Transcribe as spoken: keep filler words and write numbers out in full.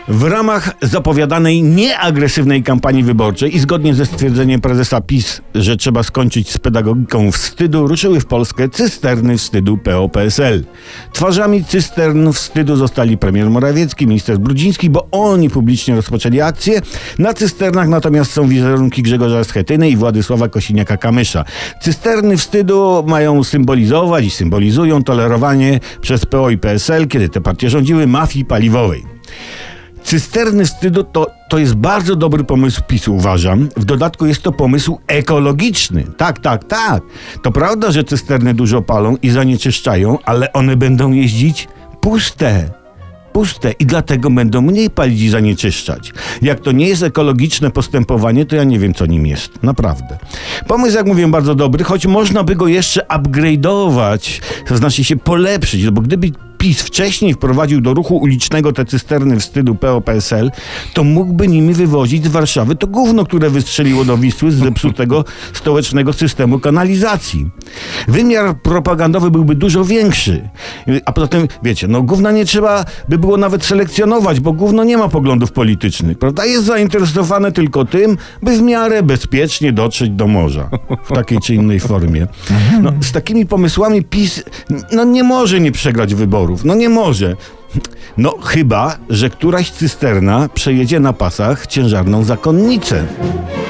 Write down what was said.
W ramach zapowiadanej nieagresywnej kampanii wyborczej i zgodnie ze stwierdzeniem prezesa PiS, że trzeba skończyć z pedagogiką wstydu, ruszyły w Polskę cysterny wstydu P O P S L. Twarzami cystern wstydu zostali premier Morawiecki, minister Brudziński, bo oni publicznie rozpoczęli akcję. Na cysternach natomiast są wizerunki Grzegorza Schetyny i Władysława Kosiniaka-Kamysza. Cysterny wstydu mają symbolizować i symbolizują tolerowanie przez P O i P S L, kiedy te partie rządziły, mafii paliwowej. Cysterny wstydu to, to jest bardzo dobry pomysł PiSu, uważam. W dodatku jest to pomysł ekologiczny. Tak, tak, tak. To prawda, że cysterny dużo palą i zanieczyszczają, ale one będą jeździć puste. Puste i dlatego będą mniej palić i zanieczyszczać. Jak to nie jest ekologiczne postępowanie, to ja nie wiem, co nim jest. Naprawdę. Pomysł, jak mówię, bardzo dobry, choć można by go jeszcze upgrade'ować, to znaczy się polepszyć, bo gdyby PiS wcześniej wprowadził do ruchu ulicznego te cysterny wstydu P O P S L, to mógłby nimi wywozić z Warszawy to gówno, które wystrzeliło do Wisły z zepsutego stołecznego systemu kanalizacji. Wymiar propagandowy byłby dużo większy. A poza tym, wiecie, no gówna nie trzeba by było nawet selekcjonować, bo gówno nie ma poglądów politycznych, prawda? Jest zainteresowane tylko tym, by w miarę bezpiecznie dotrzeć do morza. W takiej czy innej formie. No, z takimi pomysłami PiS no, nie może nie przegrać wyborów. No nie może. No chyba, że któraś cysterna przejedzie na pasach ciężarną zakonnicę.